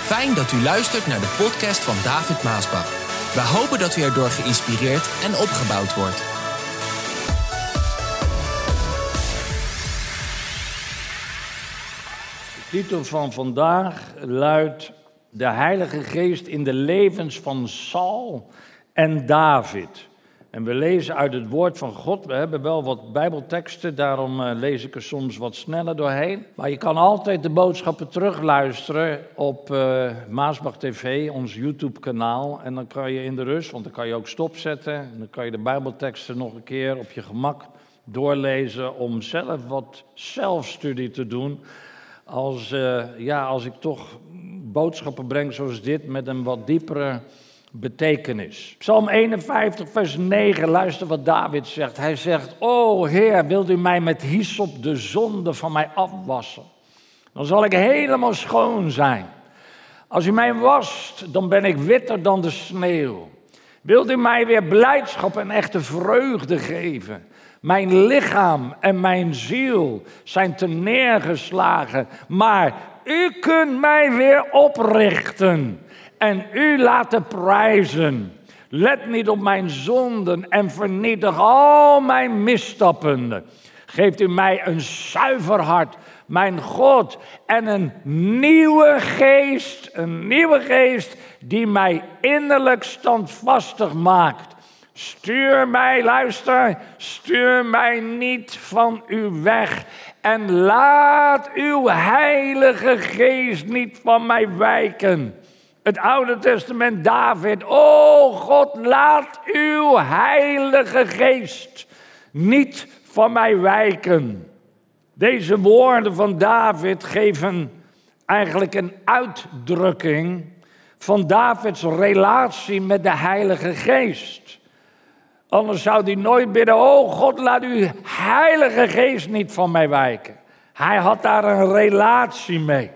Fijn dat u luistert naar de podcast van David Maasbach. We hopen dat u erdoor geïnspireerd en opgebouwd wordt. De titel van vandaag luidt: De Heilige Geest in de levens van Saul en David. En we lezen uit het woord van God. We hebben wel wat bijbelteksten, daarom lees ik er soms wat sneller doorheen. Maar je kan altijd de boodschappen terugluisteren op Maasbach TV, ons YouTube-kanaal. En dan kan je in de rust, want dan kan je ook stopzetten. En dan kan je de bijbelteksten nog een keer op je gemak doorlezen om zelf wat zelfstudie te doen. Als ik toch boodschappen breng zoals dit met een wat diepere betekenis. Psalm 51 vers 9, luister wat David zegt. Hij zegt: O Heer, wilt u mij met hyssop de zonde van mij afwassen? Dan zal ik helemaal schoon zijn. Als u mij wast, dan ben ik witter dan de sneeuw. Wilt u mij weer blijdschap en echte vreugde geven? Mijn lichaam en mijn ziel zijn terneergeslagen, maar u kunt mij weer oprichten en u laten prijzen. Let niet op mijn zonden en vernietig al mijn misstappen. Geeft u mij een zuiver hart, mijn God, en een nieuwe geest die mij innerlijk standvastig maakt. Stuur mij niet van u weg en laat uw Heilige Geest niet van mij wijken. Het Oude Testament, David: O God, laat uw Heilige Geest niet van mij wijken. Deze woorden van David geven eigenlijk een uitdrukking van Davids relatie met de Heilige Geest. Anders zou hij nooit bidden: O God, laat uw Heilige Geest niet van mij wijken. Hij had daar een relatie mee.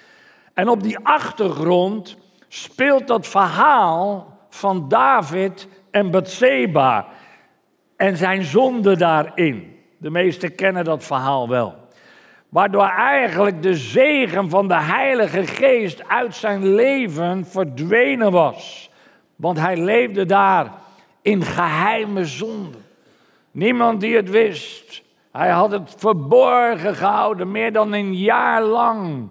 En op die achtergrond speelt dat verhaal van David en Batseba en zijn zonde daarin. De meesten kennen dat verhaal wel. Waardoor eigenlijk de zegen van de Heilige Geest uit zijn leven verdwenen was. Want hij leefde daar in geheime zonde. Niemand die het wist. Hij had het verborgen gehouden, meer dan een jaar lang.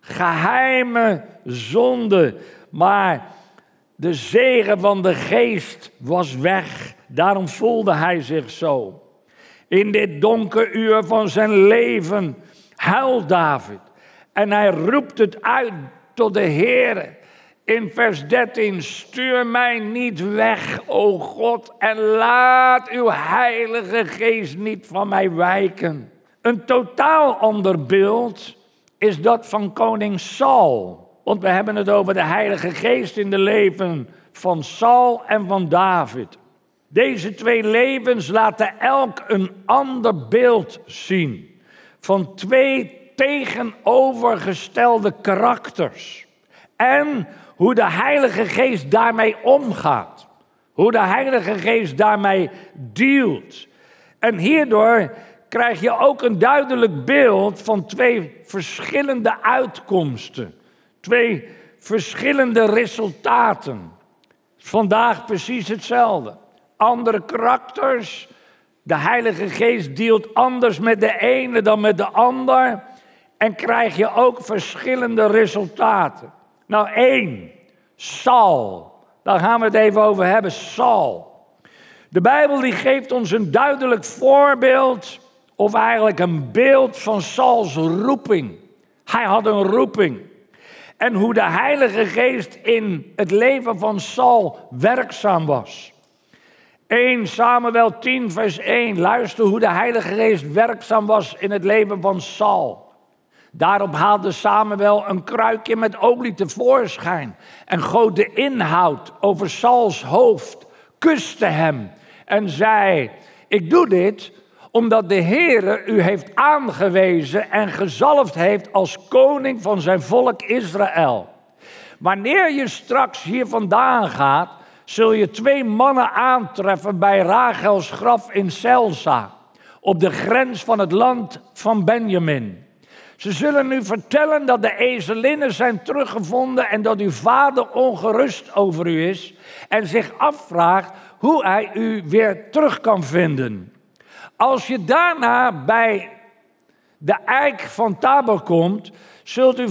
Geheime zonde. Maar de zegen van de Geest was weg. Daarom voelde hij zich zo. In dit donker uur van zijn leven huilt David. En hij roept het uit tot de Heere. In vers 13: Stuur mij niet weg, o God, en laat uw Heilige Geest niet van mij wijken. Een totaal ander beeld is dat van koning Saul. Want we hebben het over de Heilige Geest in de leven van Saul en van David. Deze twee levens laten elk een ander beeld zien van twee tegenovergestelde karakters. En hoe de Heilige Geest daarmee omgaat. Hoe de Heilige Geest daarmee dealt. En hierdoor krijg je ook een duidelijk beeld van twee verschillende uitkomsten. Twee verschillende resultaten. Vandaag precies hetzelfde. Andere karakters. De Heilige Geest dealt anders met de ene dan met de ander. En krijg je ook verschillende resultaten. Nou, 1. Saul. Daar gaan we het even over hebben. Saul. De Bijbel die geeft ons een duidelijk voorbeeld, of eigenlijk een beeld van Sauls roeping. Hij had een roeping. En hoe de Heilige Geest in het leven van Saul werkzaam was. 1 Samuel 10 vers 1. Luister hoe de Heilige Geest werkzaam was in het leven van Saul. Daarop haalde Samuel een kruikje met olie tevoorschijn en goot de inhoud over Sauls hoofd, kuste hem en zei: Ik doe dit omdat de Heere u heeft aangewezen en gezalfd heeft als koning van zijn volk Israël. Wanneer je straks hier vandaan gaat, zul je 2 mannen aantreffen bij Rachels graf in Selsa, op de grens van het land van Benjamin. Ze zullen u vertellen dat de ezelinnen zijn teruggevonden en dat uw vader ongerust over u is en zich afvraagt hoe hij u weer terug kan vinden. Als je daarna bij de eik van Tabor komt, zult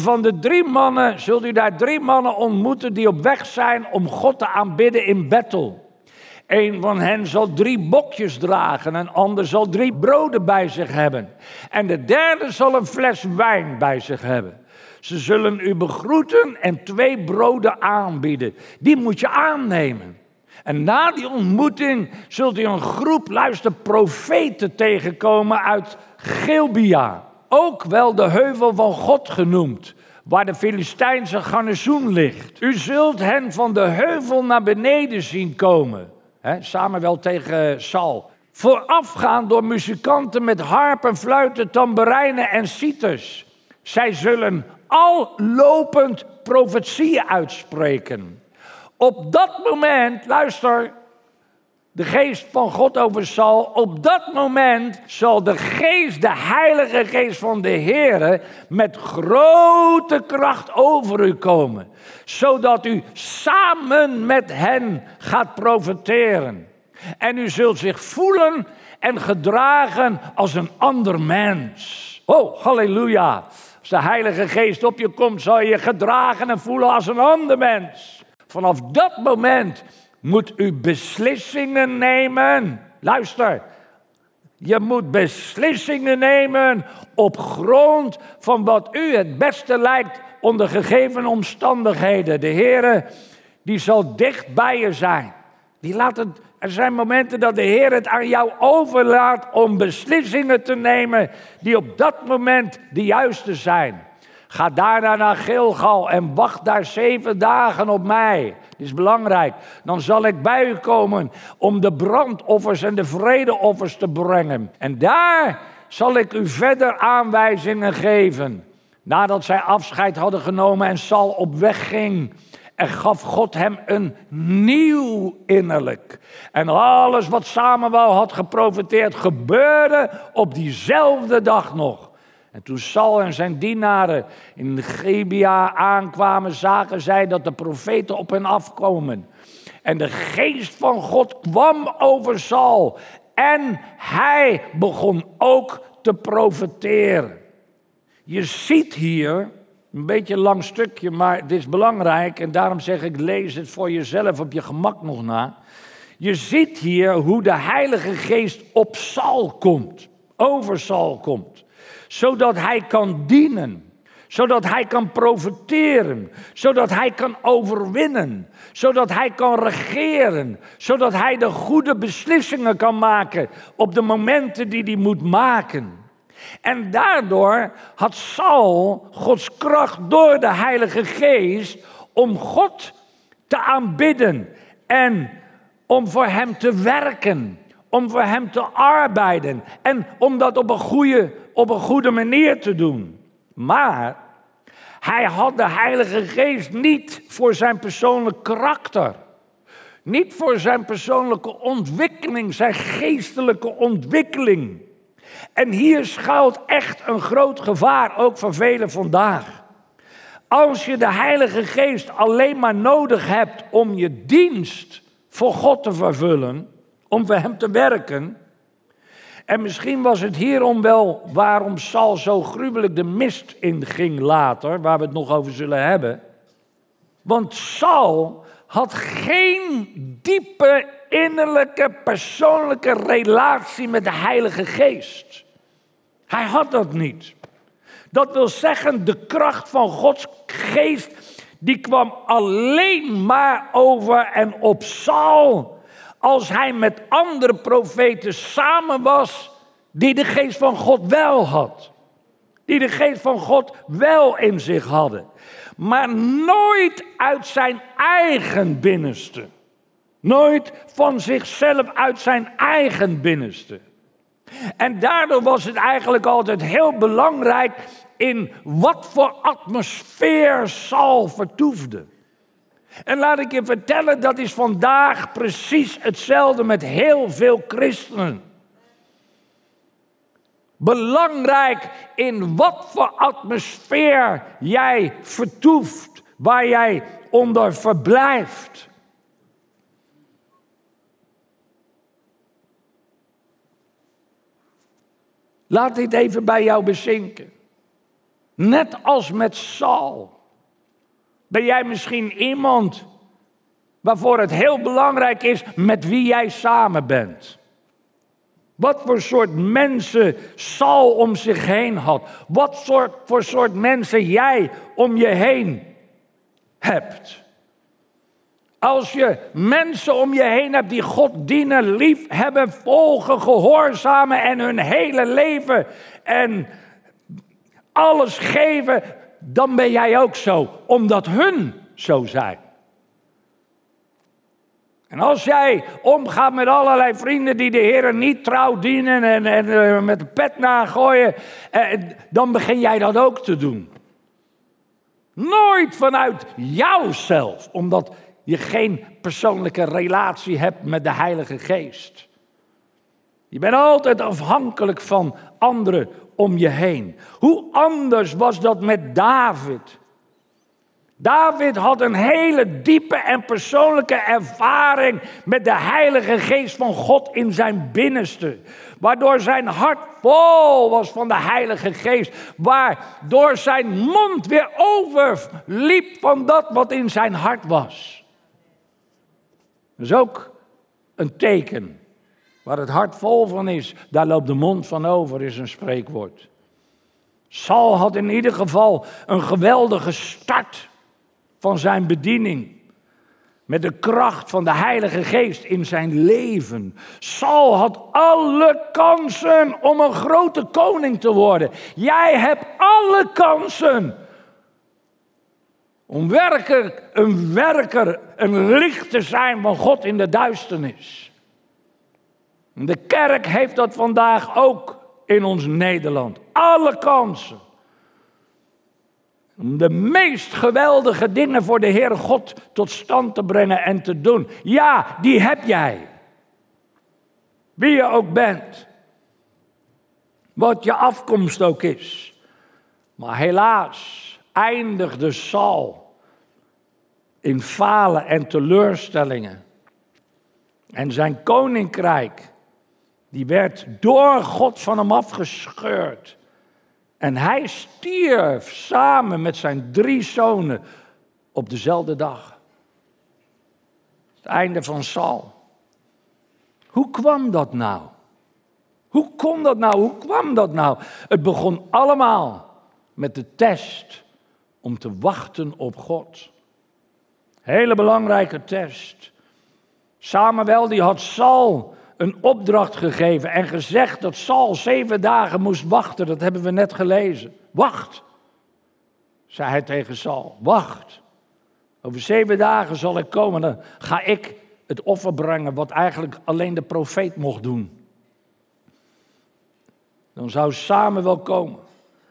u daar 3 mannen ontmoeten die op weg zijn om God te aanbidden in Bethel. Een van hen zal 3 bokjes dragen, een ander zal 3 broden bij zich hebben. En de derde zal een fles wijn bij zich hebben. Ze zullen u begroeten en 2 broden aanbieden. Die moet je aannemen. En na die ontmoeting zult u een groep, profeten tegenkomen uit Gilbea. Ook wel de heuvel van God genoemd, waar de Filistijnse garnizoen ligt. U zult hen van de heuvel naar beneden zien komen. Samuel tegen Saul. Voorafgaan door muzikanten met harpen, fluiten, tamboerijnen en citers. Zij zullen al lopend profetieën uitspreken. Op dat moment, luister, de geest van God over Saul. Op dat moment zal de Heilige Geest van de Heere met grote kracht over u komen. Zodat u samen met hen gaat profeteren. En u zult zich voelen en gedragen als een ander mens. Oh, halleluja. Als de Heilige Geest op je komt, zal je je gedragen en voelen als een ander mens. Vanaf dat moment moet u beslissingen nemen. Luister, je moet beslissingen nemen op grond van wat u het beste lijkt onder gegeven omstandigheden. De Heere, die zal dicht bij je zijn. Er zijn momenten dat de Heer het aan jou overlaat om beslissingen te nemen die op dat moment de juiste zijn. Ga daarna naar Gilgal en wacht daar 7 dagen op mij. Dit is belangrijk. Dan zal ik bij u komen om de brandoffers en de vredeoffers te brengen. En daar zal ik u verder aanwijzingen geven. Nadat zij afscheid hadden genomen en Saul op weg ging, en gaf God hem een nieuw innerlijk. En alles wat Samuel had geprofeteerd gebeurde op diezelfde dag nog. En toen Saul en zijn dienaren in Gibea aankwamen, zagen zij dat de profeten op hen afkomen. En de geest van God kwam over Saul. En hij begon ook te profeteren. Je ziet hier, een beetje een lang stukje, maar het is belangrijk. En daarom zeg ik, lees het voor jezelf op je gemak nog na. Je ziet hier hoe de Heilige Geest op Saul komt. Over Saul komt. Zodat hij kan dienen. Zodat hij kan profeteren. Zodat hij kan overwinnen. Zodat hij kan regeren. Zodat hij de goede beslissingen kan maken op de momenten die hij moet maken. En daardoor had Saul Gods kracht door de Heilige Geest om God te aanbidden en om voor hem te werken, om voor hem te arbeiden en om dat op een goede manier te doen. Maar hij had de Heilige Geest niet voor zijn persoonlijk karakter, niet voor zijn persoonlijke ontwikkeling, zijn geestelijke ontwikkeling. En hier schuilt echt een groot gevaar, ook voor velen vandaag. Als je de Heilige Geest alleen maar nodig hebt om je dienst voor God te vervullen, om voor hem te werken. En misschien was het hierom wel waarom Saul zo gruwelijk de mist inging later, waar we het nog over zullen hebben. Want Saul had geen diepe innerlijke, persoonlijke relatie met de Heilige Geest. Hij had dat niet. Dat wil zeggen, de kracht van Gods Geest, die kwam alleen maar over en op Saul, als hij met andere profeten samen was, die de Geest van God wel had. Die de Geest van God wel in zich hadden. Maar nooit uit zijn eigen binnenste. Nooit van zichzelf uit zijn eigen binnenste. En daardoor was het eigenlijk altijd heel belangrijk in wat voor atmosfeer Saul vertoefde. En laat ik je vertellen, dat is vandaag precies hetzelfde met heel veel christenen. belangrijk in wat voor atmosfeer jij vertoeft, waar jij onder verblijft. Laat dit even bij jou bezinken. Net als met Saul. Ben jij misschien iemand waarvoor het heel belangrijk is met wie jij samen bent? Wat voor soort mensen Saul om zich heen had. Wat voor soort mensen jij om je heen hebt. Als je mensen om je heen hebt die God dienen, lief hebben, volgen, gehoorzamen en hun hele leven en alles geven, dan ben jij ook zo, omdat hun zo zijn. En als jij omgaat met allerlei vrienden die de Heer niet trouw dienen en met de pet nagooien, dan begin jij dat ook te doen. Nooit vanuit jouzelf, omdat je geen persoonlijke relatie hebt met de Heilige Geest. Je bent altijd afhankelijk van anderen om je heen. Hoe anders was dat met David? David had een hele diepe en persoonlijke ervaring met de Heilige Geest van God in zijn binnenste. Waardoor zijn hart vol was van de Heilige Geest. Waardoor zijn mond weer overliep van dat wat in zijn hart was. Dat is ook een teken. Waar het hart vol van is, daar loopt de mond van over, is een spreekwoord. Saul had in ieder geval een geweldige start van zijn bediening. Met de kracht van de Heilige Geest in zijn leven. Saul had alle kansen om een grote koning te worden. Jij hebt alle kansen om werkelijk een licht te zijn van God in de duisternis. De kerk heeft dat vandaag ook in ons Nederland. Alle kansen. Om de meest geweldige dingen voor de Heere God tot stand te brengen en te doen. Ja, die heb jij. Wie je ook bent. Wat je afkomst ook is. Maar helaas eindigde Saul in falen en teleurstellingen. En zijn koninkrijk, die werd door God van hem afgescheurd. En hij stierf samen met zijn 3 zonen op dezelfde dag. Het einde van Saul. Hoe kwam dat nou? Hoe kon dat nou? Hoe kwam dat nou? Het begon allemaal met de test om te wachten op God. Hele belangrijke test. Samuel die had Saul een opdracht gegeven en gezegd dat Saul 7 dagen moest wachten. Dat hebben we net gelezen. Wacht, zei hij tegen Saul. Wacht. Over 7 dagen zal ik komen. Dan ga ik het offer brengen wat eigenlijk alleen de profeet mocht doen. Dan zou Samuel komen.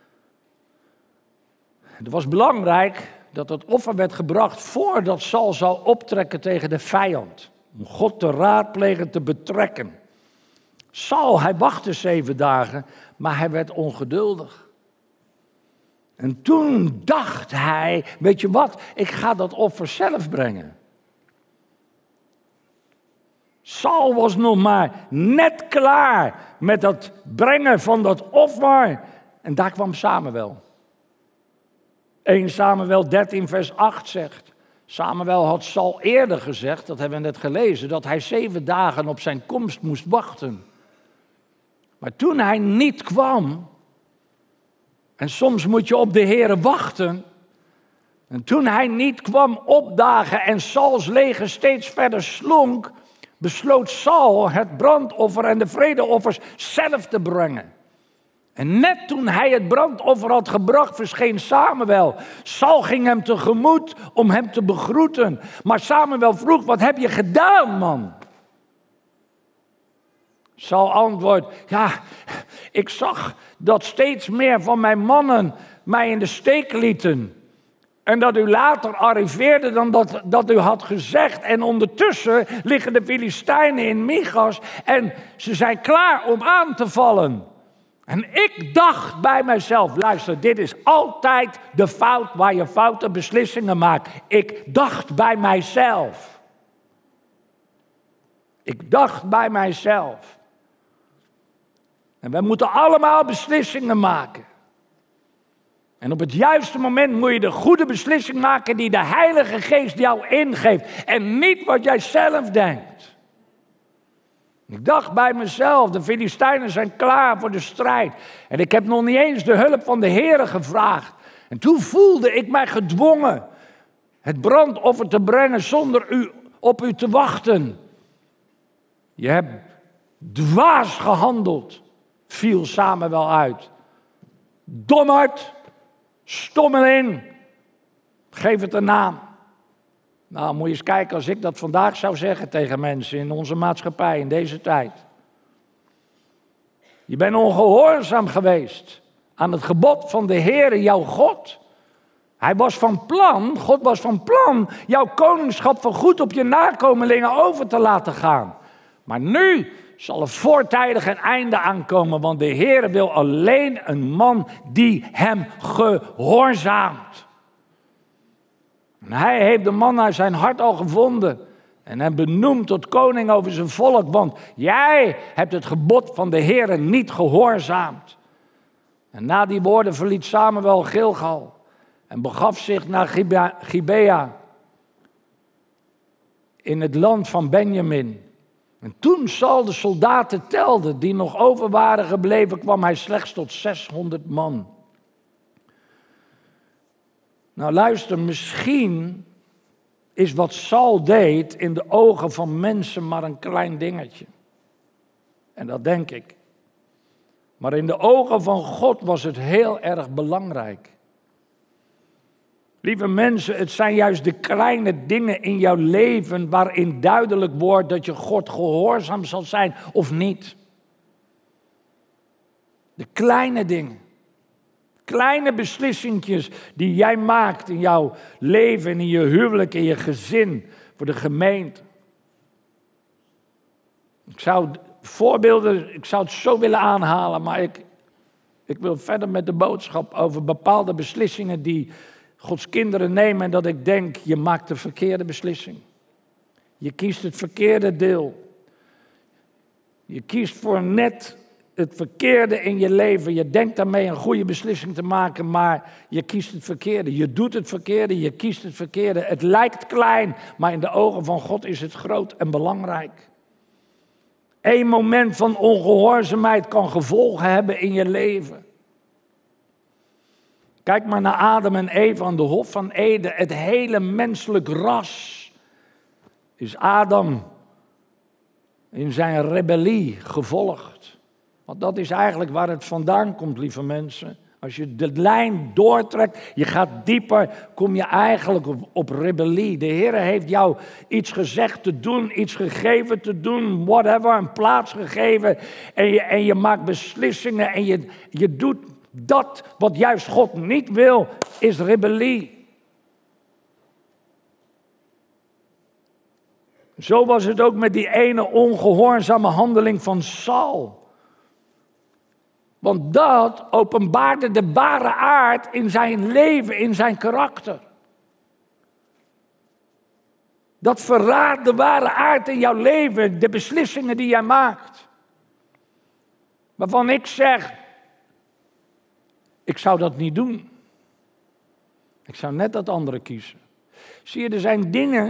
Het was belangrijk dat het offer werd gebracht voordat Saul zou optrekken tegen de vijand. Om God te raadplegen, te betrekken. Saul, hij wachtte 7 dagen, maar hij werd ongeduldig. En toen dacht hij, weet je wat, ik ga dat offer zelf brengen. Saul was nog maar net klaar met het brengen van dat offer. En daar kwam Samuel. 1 Samuel 13 vers 8 zegt. Samuel had Saul eerder gezegd, dat hebben we net gelezen, dat hij 7 dagen op zijn komst moest wachten. Maar toen hij niet kwam, en soms moet je op de Heere wachten, en toen hij niet kwam opdagen en Sauls leger steeds verder slonk, besloot Saul het brandoffer en de vredeoffers zelf te brengen. En net toen hij het brandoffer had gebracht, verscheen Samuel. Saul ging hem tegemoet om hem te begroeten. Maar Samuel vroeg, wat heb je gedaan, man? Saul antwoordt, ja, ik zag dat steeds meer van mijn mannen mij in de steek lieten. En dat u later arriveerde dan dat u had gezegd. En ondertussen liggen de Filistijnen in Michas en ze zijn klaar om aan te vallen. En ik dacht bij mezelf, luister, dit is altijd de fout waar je foute beslissingen maakt. Ik dacht bij mijzelf. Ik dacht bij mijzelf. En we moeten allemaal beslissingen maken. En op het juiste moment moet je de goede beslissing maken die de Heilige Geest jou ingeeft. En niet wat jij zelf denkt. Ik dacht bij mezelf, de Filistijnen zijn klaar voor de strijd. En ik heb nog niet eens de hulp van de Heere gevraagd. En toen voelde ik mij gedwongen het brandoffer te brengen zonder op u te wachten. Je hebt dwaas gehandeld, viel Samuel uit. Dommerd, stommeling, geef het een naam. Nou, moet je eens kijken als ik dat vandaag zou zeggen tegen mensen in onze maatschappij, in deze tijd. Je bent ongehoorzaam geweest aan het gebod van de Heere, jouw God. Hij was van plan, God was van plan, jouw koningschap voorgoed op je nakomelingen over te laten gaan. Maar nu zal er voortijdig een einde aankomen, want de Heere wil alleen een man die hem gehoorzaamt. En hij heeft de man naar zijn hart al gevonden en hem benoemd tot koning over zijn volk, want jij hebt het gebod van de Heere niet gehoorzaamd. En na die woorden verliet Samuel Gilgal en begaf zich naar Gibea in het land van Benjamin. En toen Saul de soldaten telde die nog over waren gebleven, kwam hij slechts tot 600 man. Nou luister, misschien is wat Saul deed in de ogen van mensen maar een klein dingetje. En dat denk ik. Maar in de ogen van God was het heel erg belangrijk. Lieve mensen, het zijn juist de kleine dingen in jouw leven waarin duidelijk wordt dat je God gehoorzaam zal zijn of niet. De kleine dingen. Kleine beslissingjes die jij maakt in jouw leven, in je huwelijk, in je gezin, voor de gemeente. Ik zou het zo willen aanhalen, maar ik wil verder met de boodschap over bepaalde beslissingen die Gods kinderen nemen en dat ik denk, je maakt de verkeerde beslissing. Je kiest het verkeerde deel. Je kiest voor net het verkeerde in je leven. Je denkt daarmee een goede beslissing te maken, maar je kiest het verkeerde. Je doet het verkeerde, je kiest het verkeerde. Het lijkt klein, maar in de ogen van God is het groot en belangrijk. Eén moment van ongehoorzaamheid kan gevolgen hebben in je leven. Kijk maar naar Adam en Eva aan de Hof van Eden. Het hele menselijk ras is Adam in zijn rebellie gevolgd. Want dat is eigenlijk waar het vandaan komt, lieve mensen. Als je de lijn doortrekt, je gaat dieper, kom je eigenlijk op rebellie. De Heer heeft jou iets gezegd te doen, iets gegeven te doen, whatever, een plaats gegeven. En je maakt beslissingen en je doet dat wat juist God niet wil, is rebellie. Zo was het ook met die ene ongehoorzame handeling van Saul. Want dat openbaarde de ware aard in zijn leven, in zijn karakter. Dat verraadt de ware aard in jouw leven, de beslissingen die jij maakt. Waarvan ik zeg, ik zou dat niet doen. Ik zou net dat andere kiezen. Zie je, er zijn dingen,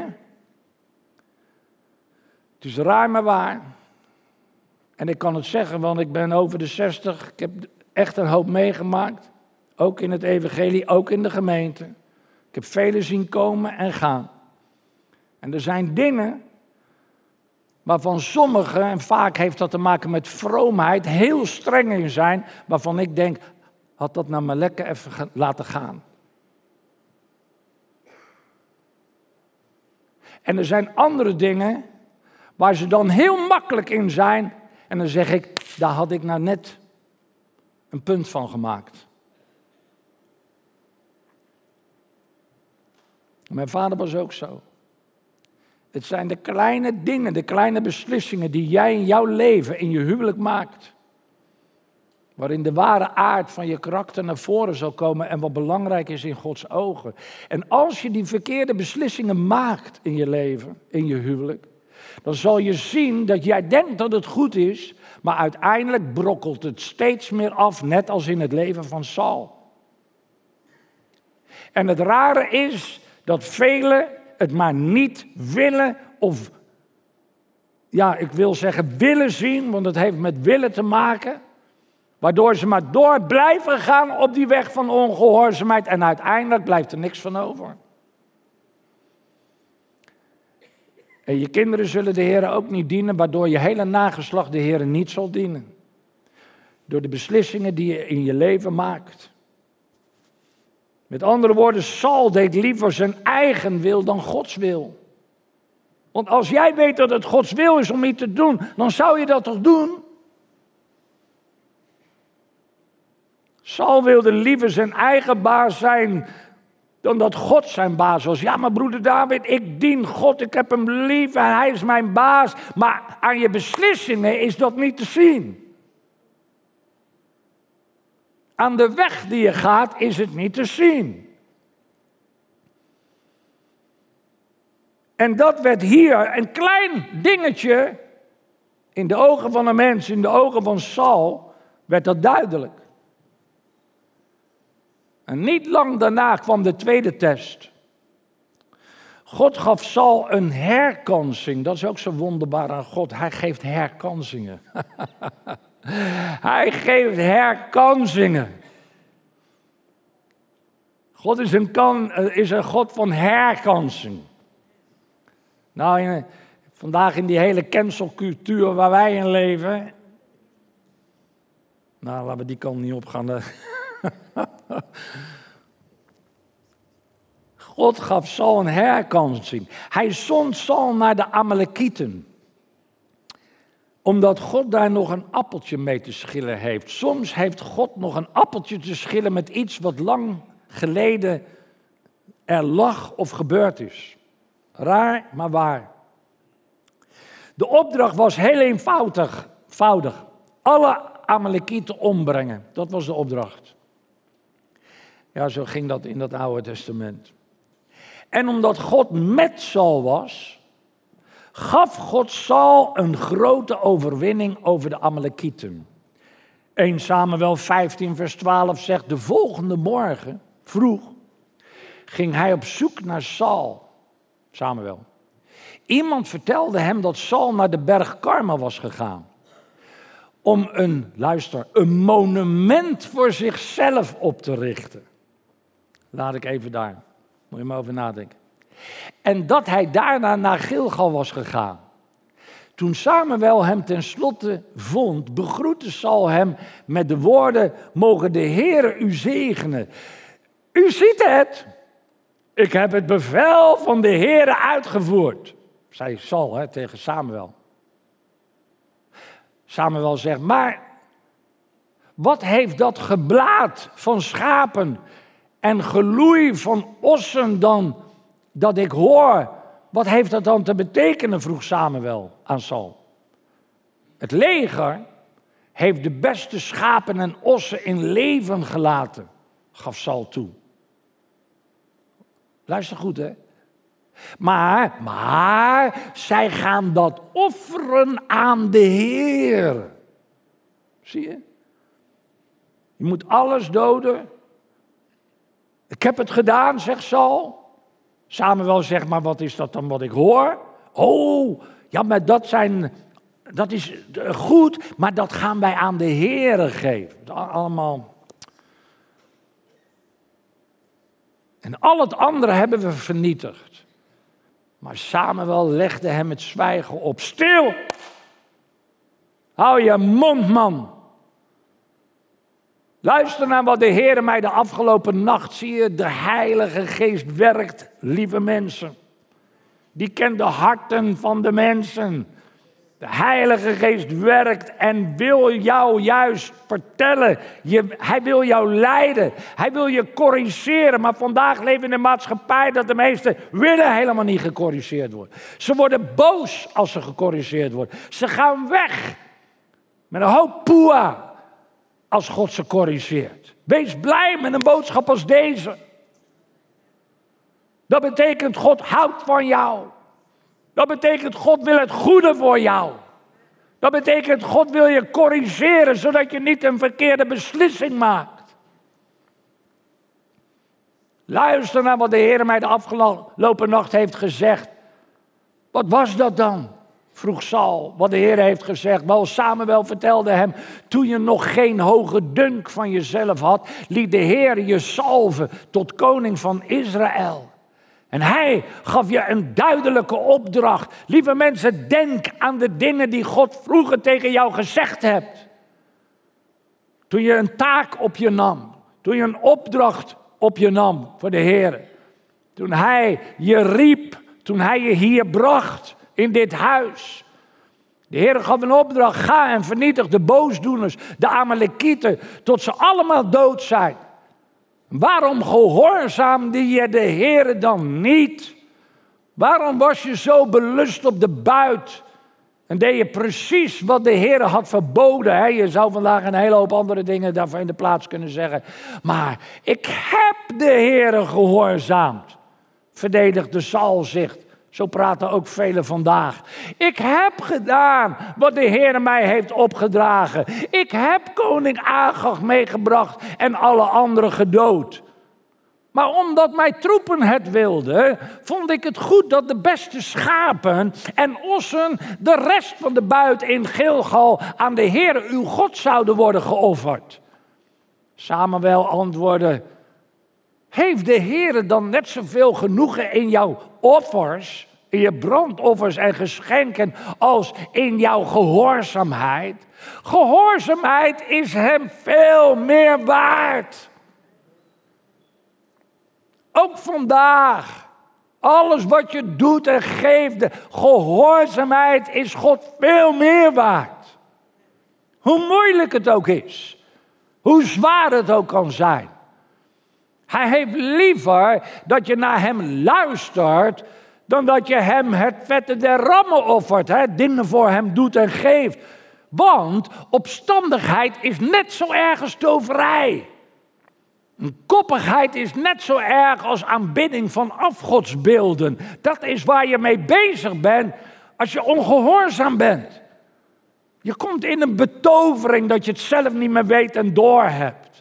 het is raar maar waar. En ik kan het zeggen, want ik ben over de 60. Ik heb echt een hoop meegemaakt. Ook in het evangelie, ook in de gemeente. Ik heb velen zien komen en gaan. En er zijn dingen waarvan sommigen, en vaak heeft dat te maken met vroomheid, heel streng in zijn. Waarvan ik denk, had dat nou maar lekker even laten gaan. En er zijn andere dingen waar ze dan heel makkelijk in zijn. En dan zeg ik, daar had ik nou net een punt van gemaakt. Mijn vader was ook zo. Het zijn de kleine dingen, de kleine beslissingen die jij in jouw leven, in je huwelijk maakt. Waarin de ware aard van je karakter naar voren zal komen en wat belangrijk is in Gods ogen. En als je die verkeerde beslissingen maakt in je leven, in je huwelijk, dan zal je zien dat jij denkt dat het goed is, maar uiteindelijk brokkelt het steeds meer af, net als in het leven van Saul. En het rare is dat velen het maar niet willen of, ik wil zeggen willen zien, want het heeft met willen te maken. Waardoor ze maar door blijven gaan op die weg van ongehoorzaamheid en uiteindelijk blijft er niks van over. En je kinderen zullen de Heer ook niet dienen, waardoor je hele nageslacht de Heer niet zal dienen. Door de beslissingen die je in je leven maakt. Met andere woorden, Saul deed liever zijn eigen wil dan Gods wil. Want als jij weet dat het Gods wil is om iets te doen, dan zou je dat toch doen? Saul wilde liever zijn eigen baas zijn dan dat God zijn baas was. Ja, maar broeder David, ik dien God, ik heb hem lief en hij is mijn baas. Maar aan je beslissingen is dat niet te zien. Aan de weg die je gaat is het niet te zien. En dat werd hier een klein dingetje in de ogen van een mens, in de ogen van Saul, werd dat duidelijk. En niet lang daarna kwam de tweede test. God gaf Saul een herkansing. Dat is ook zo wonderbaar aan God. Hij geeft herkansingen. Hij geeft herkansingen. God is een God van herkansing. Nou, vandaag in die hele cancelcultuur waar wij in leven. Nou, laten we die kant niet opgaan. God gaf Saul een herkansing. Hij zond Saul naar de Amalekieten. Omdat God daar nog een appeltje mee te schillen heeft. Soms heeft God nog een appeltje te schillen met iets wat lang geleden er lag of gebeurd is. Raar, maar waar. De opdracht was heel eenvoudig. Alle Amalekieten ombrengen. Dat was de opdracht. Ja, zo ging dat in dat Oude Testament. En omdat God met Saul was, gaf God Saul een grote overwinning over de Amalekieten. 1 Samuel 15 vers 12 zegt, de volgende morgen, vroeg, ging hij op zoek naar Samuel. Iemand vertelde hem dat Saul naar de berg Karmel was gegaan. Om een monument voor zichzelf op te richten. Laat ik even daar. Moet je maar over nadenken. En dat hij daarna naar Gilgal was gegaan. Toen Samuel hem tenslotte vond, begroette Saul hem met de woorden, mogen de Heere u zegenen. U ziet het. Ik heb het bevel van de Heere uitgevoerd. Zei Saul tegen Samuel. Samuel zegt, maar wat heeft dat geblaat van schapen en geloei van ossen dan dat ik hoor? Wat heeft dat dan te betekenen, vroeg Samuel aan Saul. Het leger heeft de beste schapen en ossen in leven gelaten, gaf Saul toe. Luister goed, hè. Maar zij gaan dat offeren aan de Heer. Zie je? Je moet alles doden. Ik heb het gedaan, zegt Saul. Samuel zegt, maar wat is dat dan wat ik hoor? Oh, ja, maar dat is goed, maar dat gaan wij aan de Heer geven. Allemaal. En al het andere hebben we vernietigd. Maar Samuel legde hem het zwijgen op. Stil! Hou je mond, man. Luister naar wat de Heer mij de afgelopen nacht, zie je, de Heilige Geest werkt, lieve mensen. Die kent de harten van de mensen. De Heilige Geest werkt en wil jou juist vertellen. Hij wil jou leiden. Hij wil je corrigeren. Maar vandaag leven we in een maatschappij dat de meesten willen helemaal niet gecorrigeerd worden. Ze worden boos als ze gecorrigeerd worden. Ze gaan weg met een hoop poeha. als God ze corrigeert. Wees blij met een boodschap als deze. Dat betekent God houdt van jou. Dat betekent God wil het goede voor jou. Dat betekent God wil je corrigeren, zodat je niet een verkeerde beslissing maakt. Luister naar wat de Heer mij de afgelopen nacht heeft gezegd. Wat was dat dan? Vroeg Saul, wat de Heer heeft gezegd. Wel, Samuel vertelde hem, toen je nog geen hoge dunk van jezelf had, liet de Heer je salven tot koning van Israël. En hij gaf je een duidelijke opdracht. Lieve mensen, denk aan de dingen die God vroeger tegen jou gezegd hebt. Toen je een taak op je nam. Toen je een opdracht op je nam voor de Heer. Toen hij je riep. Toen hij je hier bracht in dit huis. De Heer gaf een opdracht. Ga en vernietig de boosdoeners, de Amalekieten, tot ze allemaal dood zijn. Waarom gehoorzaamde je de Heer dan niet? Waarom was je zo belust op de buit? En deed je precies wat de Heer had verboden. Je zou vandaag een hele hoop andere dingen daarvoor in de plaats kunnen zeggen. Maar ik heb de Heer gehoorzaamd. Verdedigde Saul zich. Zo praten ook velen vandaag. Ik heb gedaan wat de Heer mij heeft opgedragen. Ik heb koning Agag meegebracht en alle anderen gedood. Maar omdat mijn troepen het wilden, vond ik het goed dat de beste schapen en ossen de rest van de buit in Gilgal aan de Heer uw God zouden worden geofferd. Samuel antwoordde, heeft de Heer dan net zoveel genoegen in jouw offers, in je brandoffers en geschenken, als in jouw gehoorzaamheid? Gehoorzaamheid is hem veel meer waard. Ook vandaag, alles wat je doet en geeft, de gehoorzaamheid is God veel meer waard. Hoe moeilijk het ook is, hoe zwaar het ook kan zijn. Hij heeft liever dat je naar hem luistert, dan dat je hem het vette der rammen offert, dingen voor hem doet en geeft. Want opstandigheid is net zo erg als toverij. Koppigheid is net zo erg als aanbidding van afgodsbeelden. Dat is waar je mee bezig bent als je ongehoorzaam bent. Je komt in een betovering dat je het zelf niet meer weet en doorhebt.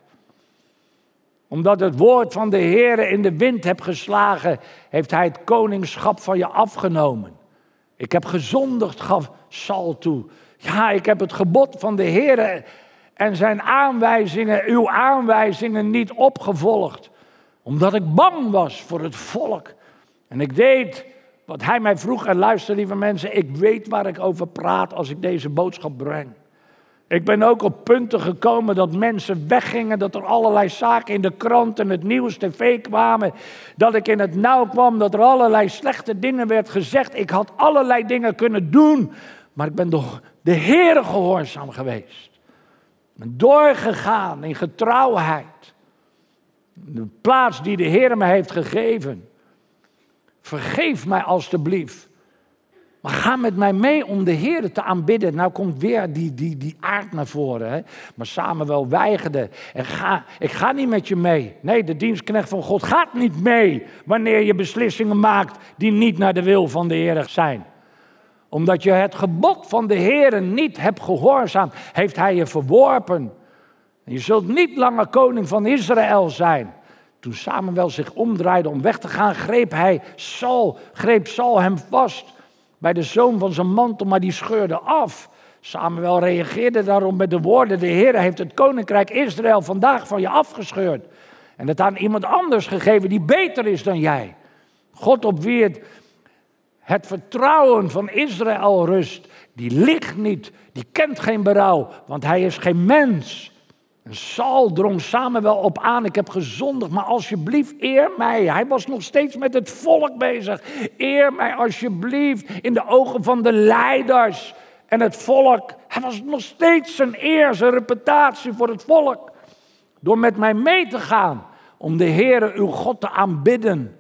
Omdat het woord van de Heere in de wind hebt geslagen, heeft hij het koningschap van je afgenomen. Ik heb gezondigd, gaf Saul toe. Ja, ik heb het gebod van de Heere en zijn aanwijzingen, uw aanwijzingen niet opgevolgd. Omdat ik bang was voor het volk. En ik deed wat hij mij vroeg. En luister, lieve mensen, ik weet waar ik over praat als ik deze boodschap breng. Ik ben ook op punten gekomen dat mensen weggingen, dat er allerlei zaken in de krant en het nieuws, tv kwamen. Dat ik in het nauw kwam, dat er allerlei slechte dingen werd gezegd. Ik had allerlei dingen kunnen doen, maar ik ben door de Heere gehoorzaam geweest. Ik ben doorgegaan in getrouwheid. De plaats die de Heer me heeft gegeven. Vergeef mij alstublieft. Maar ga met mij mee om de Heer te aanbidden. Nou komt weer die aard naar voren. Hè? Maar Samuel weigerde. Ik ga niet met je mee. Nee, de dienstknecht van God gaat niet mee wanneer je beslissingen maakt die niet naar de wil van de Heer zijn. Omdat je het gebod van de Heer niet hebt gehoorzaamd, heeft hij je verworpen. En je zult niet langer koning van Israël zijn. Toen Samuel zich omdraaide om weg te gaan, greep Saul hem vast bij de zoom van zijn mantel, maar die scheurde af. Samuel reageerde daarom met de woorden: de Heer heeft het koninkrijk Israël vandaag van je afgescheurd. En het aan iemand anders gegeven die beter is dan jij. God op wie het vertrouwen van Israël rust, die liegt niet, die kent geen berouw, want hij is geen mens. En Saul drong Samuel op aan: ik heb gezondigd, maar alsjeblieft eer mij. Hij was nog steeds met het volk bezig. Eer mij alsjeblieft in de ogen van de leiders en het volk. Hij was nog steeds zijn eer, zijn reputatie voor het volk. Door met mij mee te gaan om de Heere uw God te aanbidden.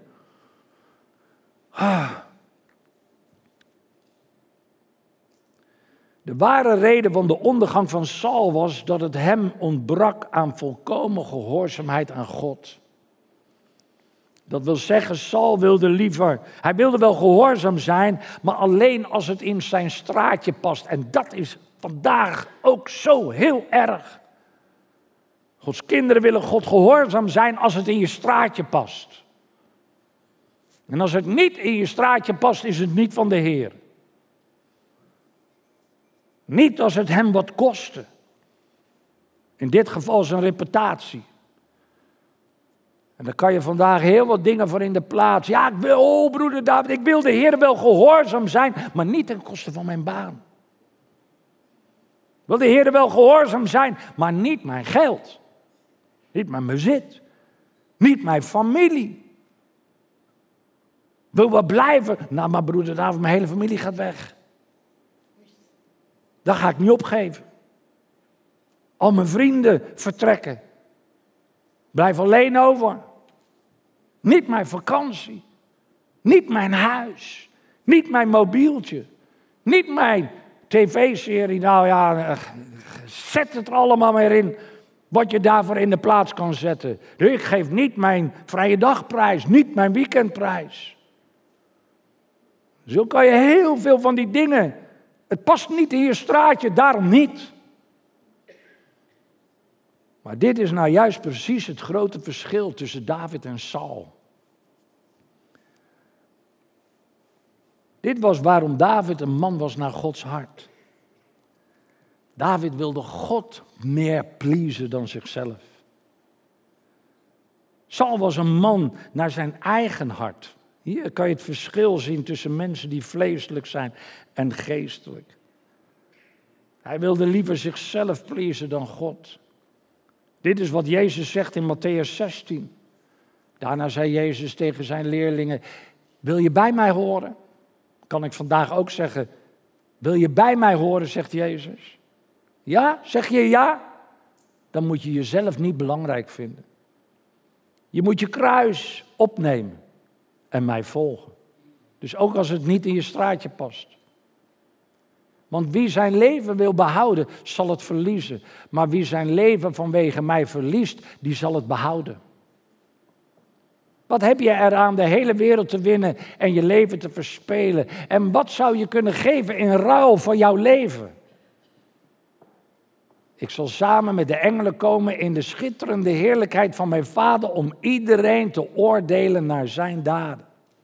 De ware reden van de ondergang van Saul was dat het hem ontbrak aan volkomen gehoorzaamheid aan God. Dat wil zeggen, Saul hij wilde wel gehoorzaam zijn, maar alleen als het in zijn straatje past. En dat is vandaag ook zo heel erg. Gods kinderen willen God gehoorzaam zijn als het in je straatje past. En als het niet in je straatje past, is het niet van de Heer. Niet als het hem wat kostte. In dit geval zijn reputatie. En daar kan je vandaag heel wat dingen voor in de plaats. Ja, broeder David, ik wil de Heer wel gehoorzaam zijn, maar niet ten koste van mijn baan. Ik wil de Heer wel gehoorzaam zijn, maar niet mijn geld. Niet mijn bezit. Niet mijn familie. Wil wel blijven. Nou, maar broeder David, mijn hele familie gaat weg. Dat ga ik niet opgeven. Al mijn vrienden vertrekken. Blijf alleen over. Niet mijn vakantie. Niet mijn huis. Niet mijn mobieltje. Niet mijn tv-serie. Nou ja, zet het er allemaal maar in. Wat je daarvoor in de plaats kan zetten. Ik geef niet mijn vrije dagprijs. Niet mijn weekendprijs. Zo kan je heel veel van die dingen. Het past niet in je straatje, daarom niet. Maar dit is nou juist precies het grote verschil tussen David en Saul. Dit was waarom David een man was naar Gods hart. David wilde God meer pleasen dan zichzelf. Saul was een man naar zijn eigen hart. Hier kan je het verschil zien tussen mensen die vleeselijk zijn en geestelijk. Hij wilde liever zichzelf pleasen dan God. Dit is wat Jezus zegt in Mattheüs 16. Daarna zei Jezus tegen zijn leerlingen, wil je bij mij horen? Kan ik vandaag ook zeggen, wil je bij mij horen, zegt Jezus. Ja, zeg je ja? Dan moet je jezelf niet belangrijk vinden. Je moet je kruis opnemen en mij volgen. Dus ook als het niet in je straatje past. Want wie zijn leven wil behouden, zal het verliezen. Maar wie zijn leven vanwege mij verliest, die zal het behouden. Wat heb je eraan de hele wereld te winnen en je leven te verspelen? En wat zou je kunnen geven in ruil voor jouw leven? Ik zal samen met de engelen komen in de schitterende heerlijkheid van mijn Vader om iedereen te oordelen naar zijn daden.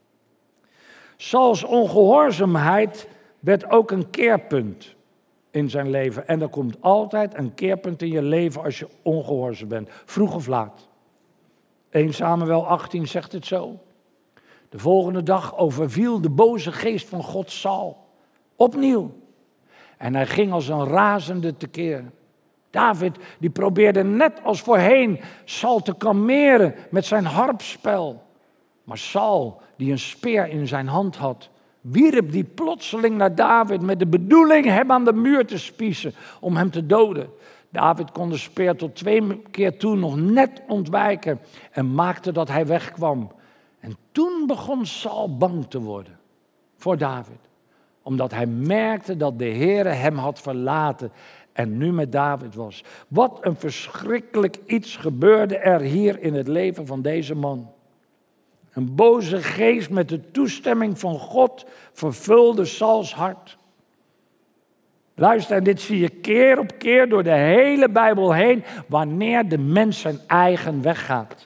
Sauls ongehoorzaamheid werd ook een keerpunt in zijn leven. En er komt altijd een keerpunt in je leven als je ongehoorzaam bent, vroeg of laat. 1 Samuel 18 zegt het zo. De volgende dag overviel de boze geest van God Saul. Opnieuw. En hij ging als een razende tekeer. David die probeerde net als voorheen Saul te kalmeren met zijn harpspel. Maar Saul, die een speer in zijn hand had, wierp die plotseling naar David met de bedoeling hem aan de muur te spiezen om hem te doden. David kon de speer tot 2 keer toe nog net ontwijken en maakte dat hij wegkwam. En toen begon Saul bang te worden voor David. Omdat hij merkte dat de Heere hem had verlaten en nu met David was. Wat een verschrikkelijk iets gebeurde er hier in het leven van deze man. Een boze geest met de toestemming van God vervulde Sauls hart. Luister, en dit zie je keer op keer door de hele Bijbel heen, wanneer de mens zijn eigen weg gaat.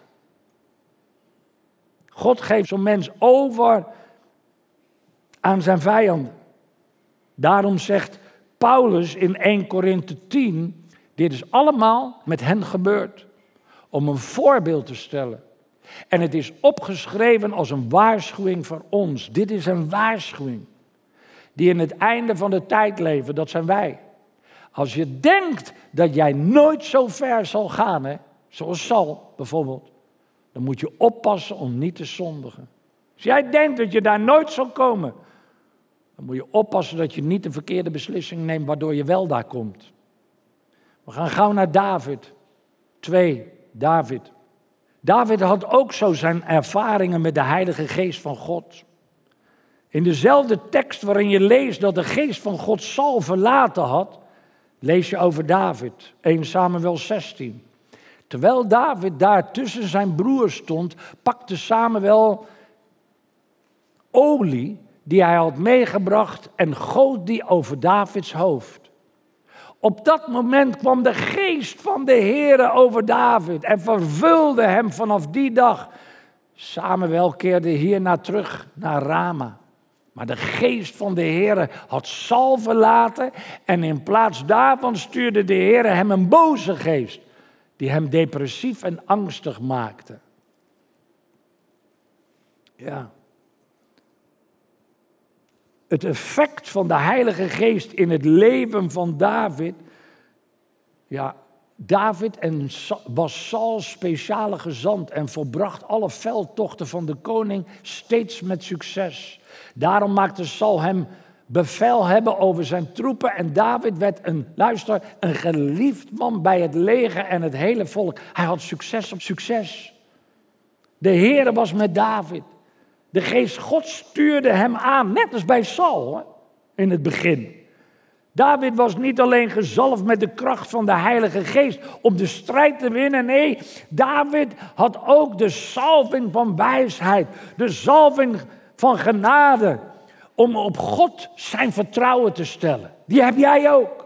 God geeft zo'n mens over aan zijn vijanden. Daarom zegt Paulus in 1 Korinthe 10, dit is allemaal met hen gebeurd, om een voorbeeld te stellen. En het is opgeschreven als een waarschuwing voor ons. Dit is een waarschuwing die in het einde van de tijd leven, dat zijn wij. Als je denkt dat jij nooit zo ver zal gaan, hè, zoals Saul bijvoorbeeld, dan moet je oppassen om niet te zondigen. Als jij denkt dat je daar nooit zal komen, dan moet je oppassen dat je niet de verkeerde beslissing neemt, waardoor je wel daar komt. We gaan gauw naar David. 2, David. David had ook zo zijn ervaringen met de Heilige Geest van God. In dezelfde tekst waarin je leest dat de geest van God Saul verlaten had, lees je over David, 1 Samuel 16. Terwijl David daar tussen zijn broers stond, pakte Samuel olie die hij had meegebracht en goot die over Davids hoofd. Op dat moment kwam de geest van de Heere over David en vervulde hem vanaf die dag. Samuel keerde hierna terug naar Rama. Maar de geest van de Heere had Saul verlaten en in plaats daarvan stuurde de Heere hem een boze geest, die hem depressief en angstig maakte. Ja. Het effect van de Heilige Geest in het leven van David. Ja, David was Sauls speciale gezant en volbracht alle veldtochten van de koning steeds met succes. Daarom maakte Saul hem bevelhebber over zijn troepen en David werd een geliefd man bij het leger en het hele volk. Hij had succes op succes. De Heere was met David. De geest Gods stuurde hem aan, net als bij Saul in het begin. David was niet alleen gezalfd met de kracht van de Heilige Geest om de strijd te winnen. Nee, David had ook de zalving van wijsheid, de zalving van genade, om op God zijn vertrouwen te stellen. Die heb jij ook.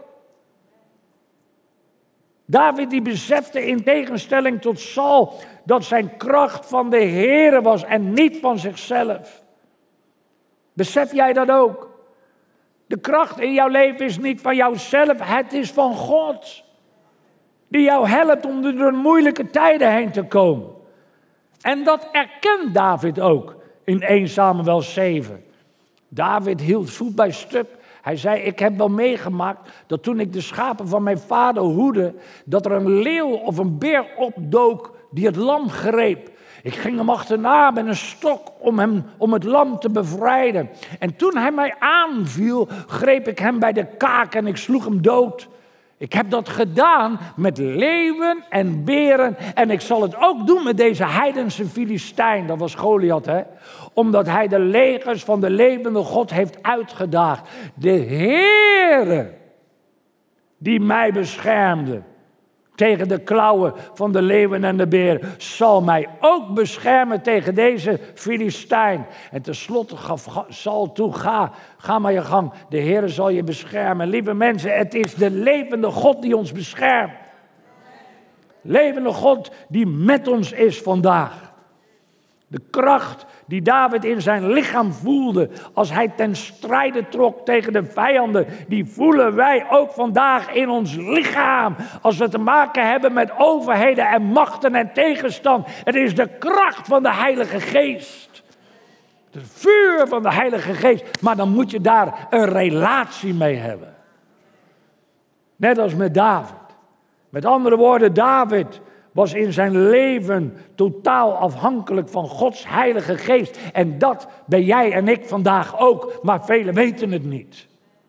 David die besefte in tegenstelling tot Saul dat zijn kracht van de Heere was en niet van zichzelf. Besef jij dat ook? De kracht in jouw leven is niet van jouzelf, het is van God. Die jou helpt om door moeilijke tijden heen te komen. En dat erkent David ook in 1 Samuel 7. David hield voet bij stuk. Hij zei, ik heb wel meegemaakt dat toen ik de schapen van mijn vader hoedde, dat er een leeuw of een beer opdook die het lam greep. Ik ging hem achterna met een stok om het lam te bevrijden. En toen hij mij aanviel, greep ik hem bij de kaak en ik sloeg hem dood. Ik heb dat gedaan met leeuwen en beren en ik zal het ook doen met deze heidense Filistijn. Dat was Goliath, hè? Omdat hij de legers van de levende God heeft uitgedaagd. De Heere die mij beschermde tegen de klauwen van de leeuwen en de beren, zal mij ook beschermen tegen deze Filistijn. En tenslotte gaf Saul toe, ga maar je gang, de Heere zal je beschermen. Lieve mensen, het is de levende God die ons beschermt. Levende God die met ons is vandaag. De kracht die David in zijn lichaam voelde als hij ten strijde trok tegen de vijanden, die voelen wij ook vandaag in ons lichaam. Als we te maken hebben met overheden en machten en tegenstand. Het is de kracht van de Heilige Geest. Het vuur van de Heilige Geest. Maar dan moet je daar een relatie mee hebben. Net als met David. Met andere woorden, David was in zijn leven totaal afhankelijk van Gods Heilige Geest. En dat ben jij en ik vandaag ook, maar velen weten het niet.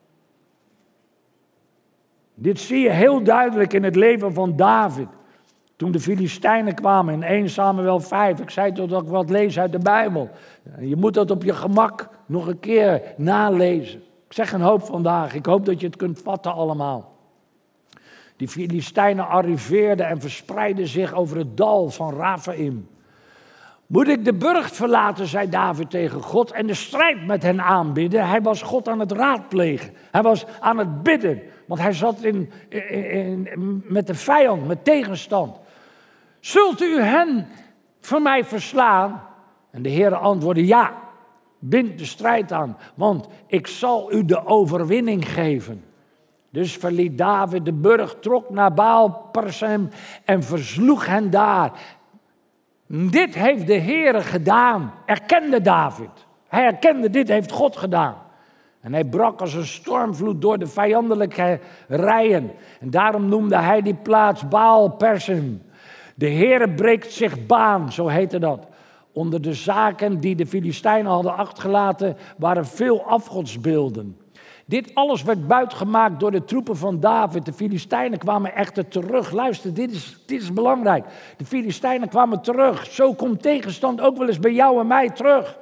Dit zie je heel duidelijk in het leven van David. Toen de Filistijnen kwamen in 1 Samuel 5. Ik zei toch dat ik wat lees uit de Bijbel. Je moet dat op je gemak nog een keer nalezen. Ik zeg een hoop vandaag. Ik hoop dat je het kunt vatten allemaal. Die Filistijnen arriveerden en verspreidden zich over het dal van Rafaim. Moet ik de burcht verlaten, zei David tegen God, en de strijd met hen aanbidden? Hij was God aan het raadplegen. Hij was aan het bidden, want hij zat met de vijand, met tegenstand. Zult u hen voor mij verslaan? En de Heer antwoordde, ja, bind de strijd aan, want ik zal u de overwinning geven. Dus verliet David de burcht, trok naar Baal-Persem en versloeg hen daar. Dit heeft de Heere gedaan, erkende David. Hij erkende, dit heeft God gedaan. En hij brak als een stormvloed door de vijandelijke rijen. En daarom noemde hij die plaats Baal-Persem. De Heere breekt zich baan, zo heette dat. Onder de zaken die de Filistijnen hadden achtergelaten waren veel afgodsbeelden. Dit alles werd buitgemaakt door de troepen van David. De Filistijnen kwamen echter terug. Luister, dit is belangrijk. De Filistijnen kwamen terug. Zo komt tegenstand ook wel eens bij jou en mij terug.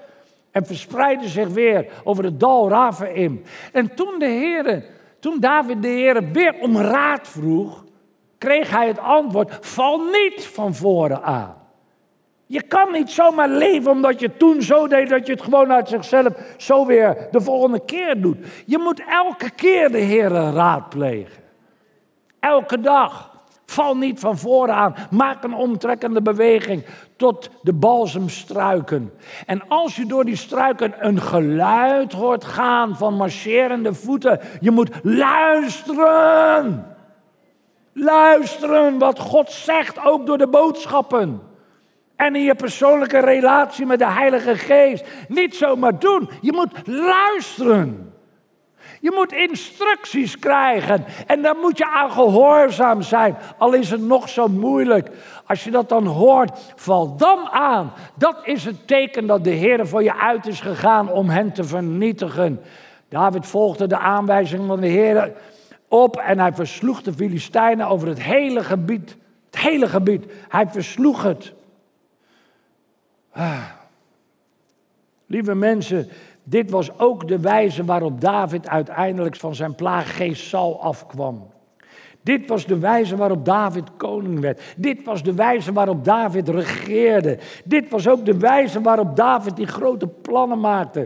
En verspreidde zich weer over het dal Rafaim. En toen David de Heere weer om raad vroeg, kreeg hij het antwoord: val niet van voren aan. Je kan niet zomaar leven omdat je toen zo deed dat je het gewoon uit zichzelf zo weer de volgende keer doet. Je moet elke keer de Heere raadplegen. Elke dag. Val niet van voren aan. Maak een omtrekkende beweging tot de balsemstruiken. En als je door die struiken een geluid hoort gaan van marcherende voeten, je moet luisteren. Luisteren wat God zegt, ook door de boodschappen. En in je persoonlijke relatie met de Heilige Geest. Niet zomaar doen, je moet luisteren. Je moet instructies krijgen en daar moet je aan gehoorzaam zijn. Al is het nog zo moeilijk. Als je dat dan hoort, val dan aan. Dat is het teken dat de Heer voor je uit is gegaan om hen te vernietigen. David volgde de aanwijzing van de Heer op en hij versloeg de Filistijnen over het hele gebied. Het hele gebied. Hij versloeg het. Lieve mensen, dit was ook de wijze waarop David uiteindelijk van zijn plaaggeest Saul afkwam. Dit was de wijze waarop David koning werd. Dit was de wijze waarop David regeerde. Dit was ook de wijze waarop David die grote plannen maakte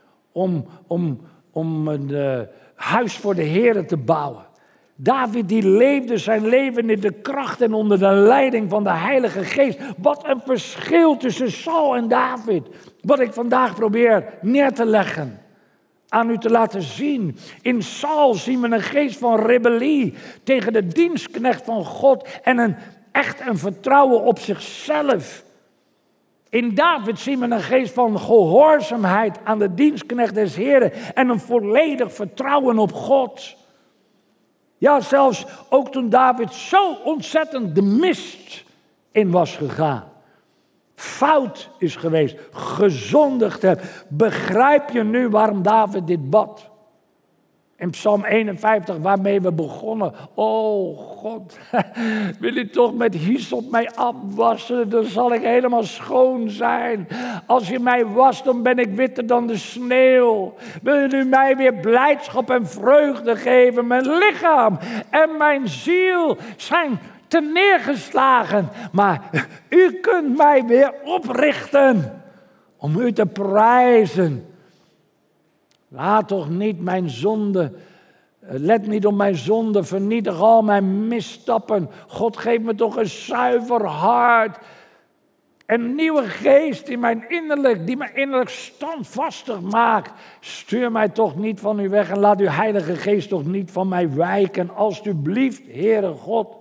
om een huis voor de Heere te bouwen. David die leefde zijn leven in de kracht en onder de leiding van de Heilige Geest. Wat een verschil tussen Saul en David. Wat ik vandaag probeer neer te leggen. Aan u te laten zien. In Saul zien we een geest van rebellie tegen de dienstknecht van God. En echt een vertrouwen op zichzelf. In David zien we een geest van gehoorzaamheid aan de dienstknecht des Heren. En een volledig vertrouwen op God. Ja, zelfs ook toen David zo ontzettend de mist in was gegaan. Fout is geweest, gezondigd heeft. Begrijp je nu waarom David dit bad? In Psalm 51, waarmee we begonnen. Oh God, wil u toch met hyssop mij afwassen? Dan zal ik helemaal schoon zijn. Als je mij wast, dan ben ik witter dan de sneeuw. Wil u mij weer blijdschap en vreugde geven? Mijn lichaam en mijn ziel zijn neergeslagen. Maar u kunt mij weer oprichten om u te prijzen. Laat toch niet mijn zonde, let niet op mijn zonde, vernietig al mijn misstappen. God, geef me toch een zuiver hart. Een nieuwe geest die mijn innerlijk standvastig maakt. Stuur mij toch niet van u weg en laat uw Heilige Geest toch niet van mij wijken. Alsjeblieft, Heere God.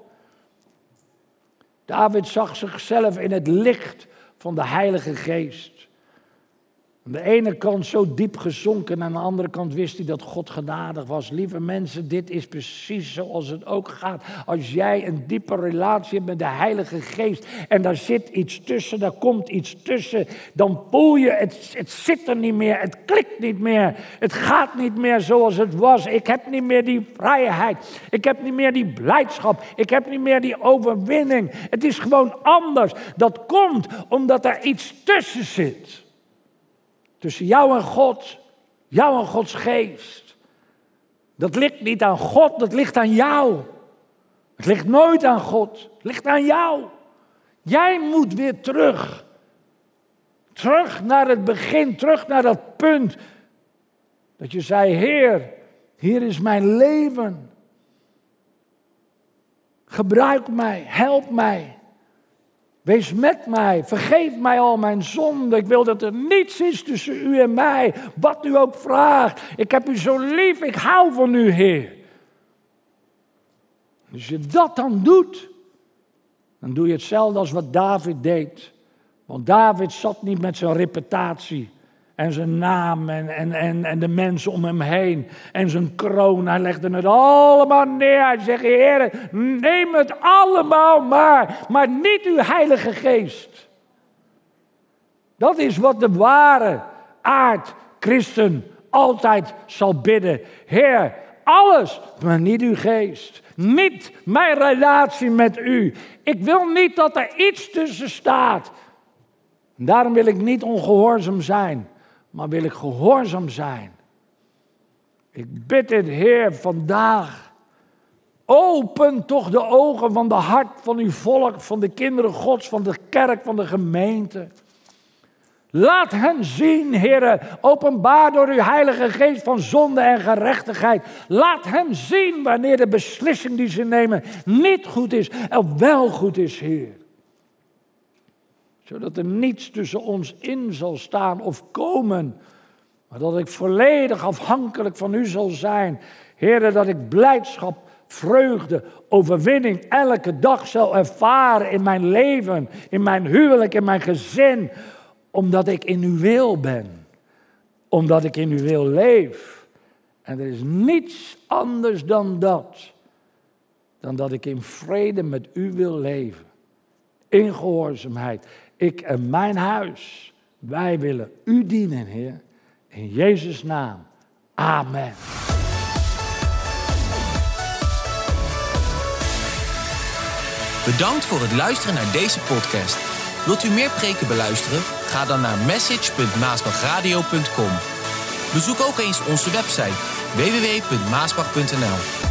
David zag zichzelf in het licht van de Heilige Geest. Aan de ene kant zo diep gezonken en aan de andere kant wist hij dat God genadig was. Lieve mensen, dit is precies zoals het ook gaat. Als jij een diepe relatie hebt met de Heilige Geest en daar zit iets tussen, daar komt iets tussen, dan voel je, het zit er niet meer, het klikt niet meer, het gaat niet meer zoals het was. Ik heb niet meer die vrijheid, ik heb niet meer die blijdschap, ik heb niet meer die overwinning. Het is gewoon anders. Dat komt omdat er iets tussen zit. Tussen jou en God, jou en Gods geest. Dat ligt niet aan God, dat ligt aan jou. Het ligt nooit aan God, het ligt aan jou. Jij moet weer terug. Terug naar het begin, terug naar dat punt. Dat je zei, Heer, hier is mijn leven. Gebruik mij, help mij. Wees met mij, vergeef mij al mijn zonden. Ik wil dat er niets is tussen u en mij, wat u ook vraagt. Ik heb u zo lief, ik hou van u, Heer. Als je dat dan doet, dan doe je hetzelfde als wat David deed. Want David zat niet met zijn reputatie en zijn naam en de mensen om hem heen en zijn kroon. Hij legde het allemaal neer. Hij zegt, Heer, neem het allemaal maar niet uw Heilige Geest. Dat is wat de ware aardchristen altijd zal bidden. Heer, alles, maar niet uw geest. Niet mijn relatie met u. Ik wil niet dat er iets tussen staat. Daarom wil ik niet ongehoorzaam zijn. maar wil ik gehoorzaam zijn. Ik bid dit, Heer, vandaag. Open toch de ogen van de hart van uw volk, van de kinderen Gods, van de kerk, van de gemeente. Laat hen zien, Heer, openbaar door uw Heilige Geest van zonde en gerechtigheid. Laat hen zien wanneer de beslissing die ze nemen niet goed is en wel goed is, Heer. Zodat er niets tussen ons in zal staan of komen, maar dat ik volledig afhankelijk van u zal zijn. Heer, dat ik blijdschap, vreugde, overwinning elke dag zal ervaren in mijn leven, in mijn huwelijk, in mijn gezin. Omdat ik in uw wil ben. Omdat ik in uw wil leef. En er is niets anders dan dat. Dan dat ik in vrede met u wil leven. In gehoorzaamheid. Ik en mijn huis. Wij willen u dienen, Heer. In Jezus' naam. Amen. Bedankt voor het luisteren naar deze podcast. Wilt u meer preken beluisteren? Ga dan naar message.maasbachradio.com. Bezoek ook eens onze website www.maasbach.nl.